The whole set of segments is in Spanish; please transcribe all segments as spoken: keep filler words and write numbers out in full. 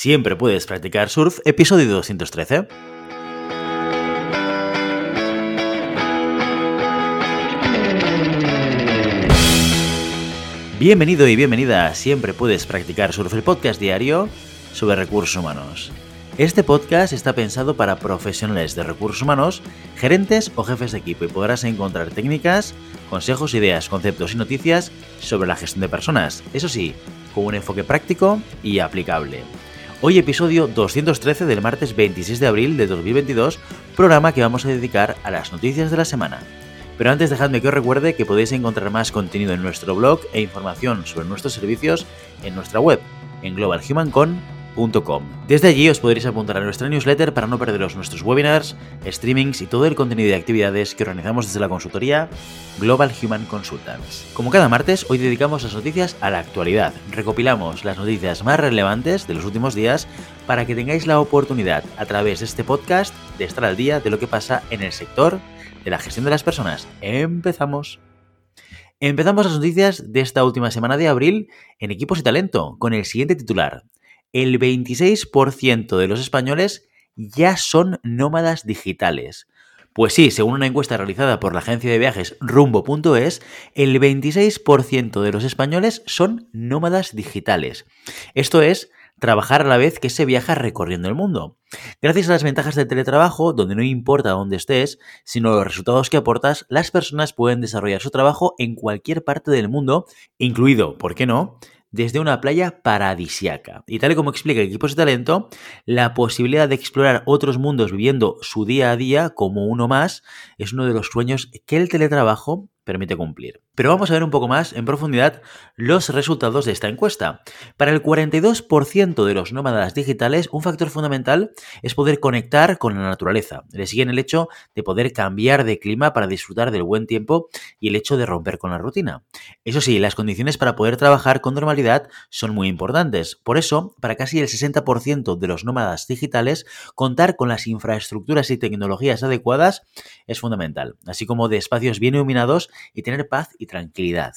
Siempre puedes practicar surf, episodio doscientos trece. Bienvenido y bienvenida a Siempre puedes practicar surf, el podcast diario sobre recursos humanos. Este podcast está pensado para profesionales de recursos humanos, gerentes o jefes de equipo y podrás encontrar técnicas, consejos, ideas, conceptos y noticias sobre la gestión de personas. Eso sí, con un enfoque práctico y aplicable. Hoy episodio doscientos trece del martes veintiséis de abril de dos mil veintidós, programa que vamos a dedicar a las noticias de la semana. Pero antes dejadme que os recuerde que podéis encontrar más contenido en nuestro blog e información sobre nuestros servicios en nuestra web, en global human con punto com. Desde allí os podréis apuntar a nuestra newsletter para no perderos nuestros webinars, streamings y todo el contenido de actividades que organizamos desde la consultoría Global Human Consultants. Como cada martes, hoy dedicamos las noticias a la actualidad. Recopilamos las noticias más relevantes de los últimos días para que tengáis la oportunidad, a través de este podcast, de estar al día de lo que pasa en el sector de la gestión de las personas. ¡Empezamos! Empezamos las noticias de esta última semana de abril en Equipos y Talento, con el siguiente titular. El veintiséis por ciento de los españoles ya son nómadas digitales. Pues sí, según una encuesta realizada por la agencia de viajes rumbo punto es, el veintiséis por ciento de los españoles son nómadas digitales. Esto es, trabajar a la vez que se viaja recorriendo el mundo. Gracias a las ventajas del teletrabajo, donde no importa dónde estés, sino los resultados que aportas, las personas pueden desarrollar su trabajo en cualquier parte del mundo, incluido, ¿por qué no?, desde una playa paradisiaca. Y tal y como explica Equipos de Talento, la posibilidad de explorar otros mundos viviendo su día a día como uno más es uno de los sueños que el teletrabajo permite cumplir. Pero vamos a ver un poco más en profundidad los resultados de esta encuesta. Para el cuarenta y dos por ciento de los nómadas digitales, un factor fundamental es poder conectar con la naturaleza. Le siguen el hecho de poder cambiar de clima para disfrutar del buen tiempo y el hecho de romper con la rutina. Eso sí, las condiciones para poder trabajar con normalidad son muy importantes. Por eso, para casi el sesenta por ciento de los nómadas digitales, contar con las infraestructuras y tecnologías adecuadas es fundamental, así como de espacios bien iluminados y tener paz y tranquilidad.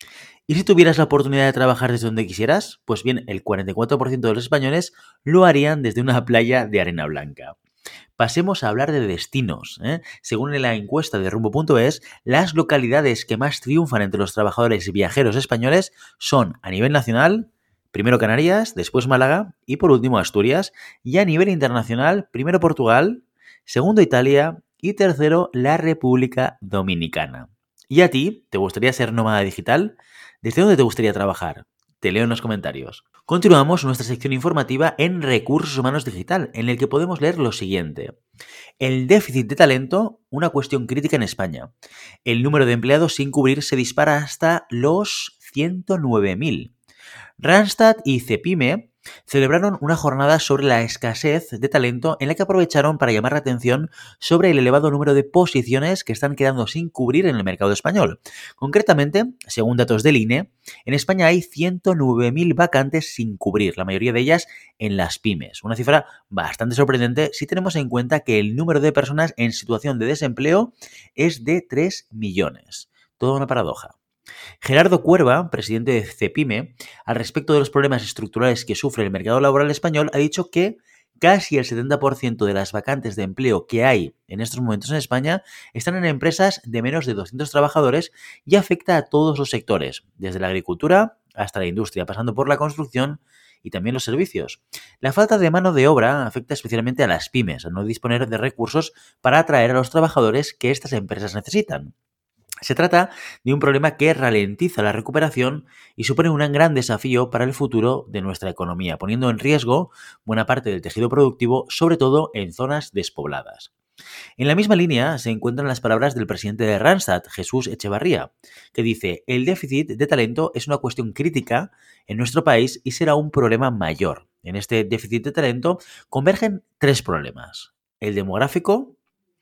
¿Y si tuvieras la oportunidad de trabajar desde donde quisieras? Pues bien, el cuarenta y cuatro por ciento de los españoles lo harían desde una playa de arena blanca. Pasemos a hablar de destinos. ¿eh? Según la encuesta de rumbo punto es, las localidades que más triunfan entre los trabajadores viajeros españoles son, a nivel nacional, primero Canarias, después Málaga y por último Asturias, y a nivel internacional, primero Portugal, segundo Italia y tercero la República Dominicana. ¿Y a ti? ¿Te gustaría ser nómada digital? ¿Desde dónde te gustaría trabajar? Te leo en los comentarios. Continuamos nuestra sección informativa en Recursos Humanos Digital, en el que podemos leer lo siguiente. El déficit de talento, una cuestión crítica en España. El número de empleados sin cubrir se dispara hasta los ciento nueve mil. Randstad y Cepime celebraron una jornada sobre la escasez de talento en la que aprovecharon para llamar la atención sobre el elevado número de posiciones que están quedando sin cubrir en el mercado español. Concretamente, según datos del I N E, en España hay ciento nueve mil vacantes sin cubrir, la mayoría de ellas en las pymes. Una cifra bastante sorprendente si tenemos en cuenta que el número de personas en situación de desempleo es de tres millones. Toda una paradoja. Gerardo Cuerva, presidente de Cepime, al respecto de los problemas estructurales que sufre el mercado laboral español, ha dicho que casi el setenta por ciento de las vacantes de empleo que hay en estos momentos en España están en empresas de menos de doscientos trabajadores y afecta a todos los sectores, desde la agricultura hasta la industria, pasando por la construcción y también los servicios. La falta de mano de obra afecta especialmente a las pymes, al no disponer de recursos para atraer a los trabajadores que estas empresas necesitan. Se trata de un problema que ralentiza la recuperación y supone un gran desafío para el futuro de nuestra economía, poniendo en riesgo buena parte del tejido productivo, sobre todo en zonas despobladas. En la misma línea se encuentran las palabras del presidente de Randstad, Jesús Echevarría, que dice: el déficit de talento es una cuestión crítica en nuestro país y será un problema mayor. En este déficit de talento convergen tres problemas: el demográfico,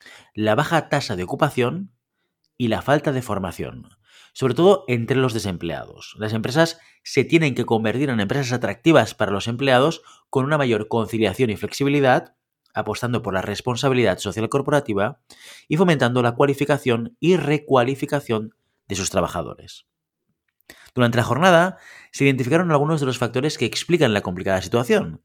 la baja tasa de ocupación y la falta de formación, sobre todo entre los desempleados. Las empresas se tienen que convertir en empresas atractivas para los empleados con una mayor conciliación y flexibilidad, apostando por la responsabilidad social corporativa y fomentando la cualificación y recualificación de sus trabajadores. Durante la jornada se identificaron algunos de los factores que explican la complicada situación.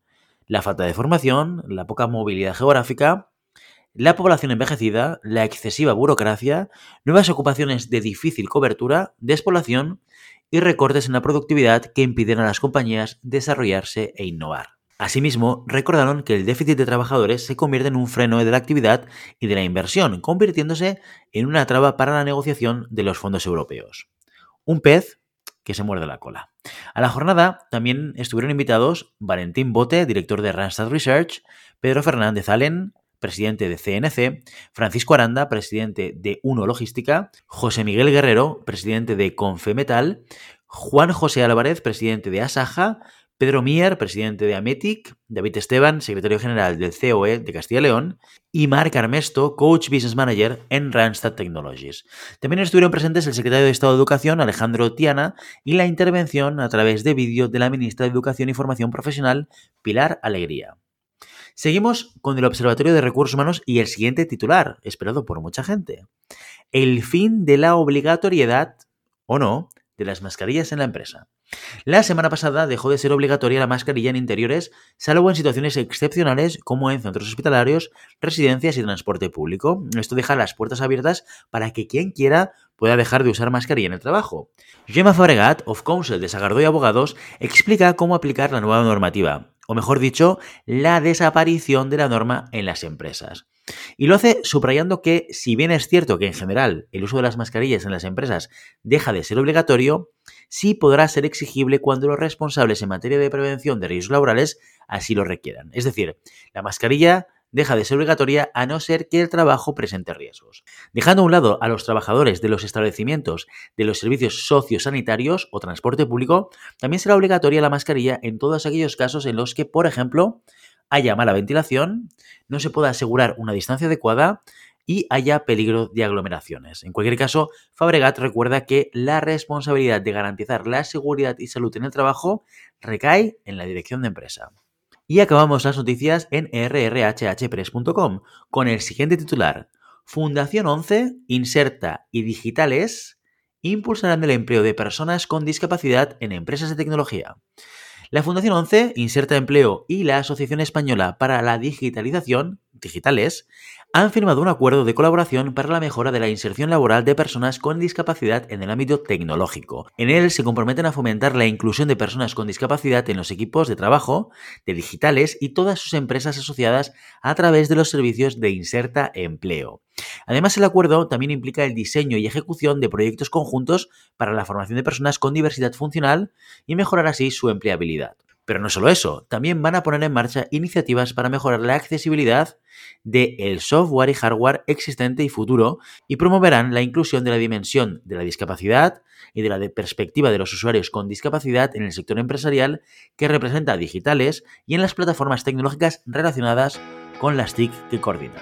la falta de formación, la poca movilidad geográfica, la población envejecida, la excesiva burocracia, nuevas ocupaciones de difícil cobertura, despoblación y recortes en la productividad que impiden a las compañías desarrollarse e innovar. Asimismo, recordaron que el déficit de trabajadores se convierte en un freno de la actividad y de la inversión, convirtiéndose en una traba para la negociación de los fondos europeos. Un pez que se muerde la cola. A la jornada también estuvieron invitados Valentín Bote, director de Randstad Research, Pedro Fernández Allen, presidente de C N C, Francisco Aranda, presidente de Uno Logística, José Miguel Guerrero, presidente de Confemetal, Juan José Álvarez, presidente de Asaja, Pedro Mier, presidente de Ametic, David Esteban, secretario general del C O E de Castilla y León, y Marc Armesto, Coach Business Manager en Randstad Technologies. También estuvieron presentes el secretario de Estado de Educación, Alejandro Tiana, y la intervención a través de vídeo de la ministra de Educación y Formación Profesional, Pilar Alegría. Seguimos con el Observatorio de Recursos Humanos y el siguiente titular, esperado por mucha gente. El fin de la obligatoriedad, o no, de las mascarillas en la empresa. La semana pasada dejó de ser obligatoria la mascarilla en interiores, salvo en situaciones excepcionales como en centros hospitalarios, residencias y transporte público. Esto deja las puertas abiertas para que quien quiera pueda dejar de usar mascarilla en el trabajo. Gemma Fabregat, of Counsel de Sagardó y Abogados, explica cómo aplicar la nueva normativa, o mejor dicho, la desaparición de la norma en las empresas. Y lo hace subrayando que, si bien es cierto que en general el uso de las mascarillas en las empresas deja de ser obligatorio, sí podrá ser exigible cuando los responsables en materia de prevención de riesgos laborales así lo requieran. Es decir, la mascarilla deja de ser obligatoria a no ser que el trabajo presente riesgos. Dejando a un lado a los trabajadores de los establecimientos de los servicios sociosanitarios o transporte público, también será obligatoria la mascarilla en todos aquellos casos en los que, por ejemplo, haya mala ventilación, no se pueda asegurar una distancia adecuada y haya peligro de aglomeraciones. En cualquier caso, Fabregat recuerda que la responsabilidad de garantizar la seguridad y salud en el trabajo recae en la dirección de empresa. Y acabamos las noticias en r r h h press punto com con el siguiente titular. Fundación once, Inserta y Digitales impulsarán el empleo de personas con discapacidad en empresas de tecnología. La Fundación once, Inserta Empleo y la Asociación Española para la Digitalización, Digitales, han firmado un acuerdo de colaboración para la mejora de la inserción laboral de personas con discapacidad en el ámbito tecnológico. En él se comprometen a fomentar la inclusión de personas con discapacidad en los equipos de trabajo, de Digitales y todas sus empresas asociadas a través de los servicios de Inserta Empleo. Además, el acuerdo también implica el diseño y ejecución de proyectos conjuntos para la formación de personas con diversidad funcional y mejorar así su empleabilidad. Pero no solo eso, también van a poner en marcha iniciativas para mejorar la accesibilidad del software y hardware existente y futuro y promoverán la inclusión de la dimensión de la discapacidad y de la de perspectiva de los usuarios con discapacidad en el sector empresarial que representa a Digitales y en las plataformas tecnológicas relacionadas con las T I C que coordinan.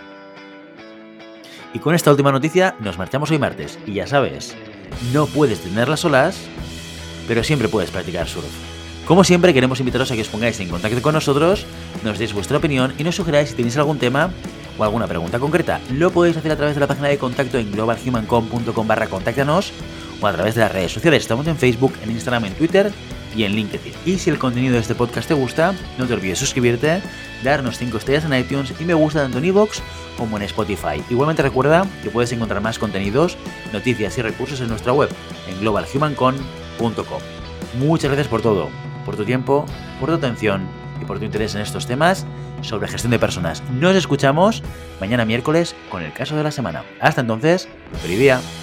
Y con esta última noticia nos marchamos hoy martes y ya sabes, no puedes tener las olas, pero siempre puedes practicar surf. Como siempre, queremos invitaros a que os pongáis en contacto con nosotros, nos deis vuestra opinión y nos sugeráis si tenéis algún tema o alguna pregunta concreta. Lo podéis hacer a través de la página de contacto en global human com punto com barra contáctanos o a través de las redes sociales. Estamos en Facebook, en Instagram, en Twitter y en LinkedIn. Y si el contenido de este podcast te gusta, no te olvides suscribirte, darnos cinco estrellas en iTunes y me gusta tanto en iVoox como en Spotify. Igualmente recuerda que puedes encontrar más contenidos, noticias y recursos en nuestra web en global human com punto com. Muchas gracias por todo, por tu tiempo, por tu atención y por tu interés en estos temas sobre gestión de personas. Nos escuchamos mañana miércoles con el caso de la semana. Hasta entonces, feliz día.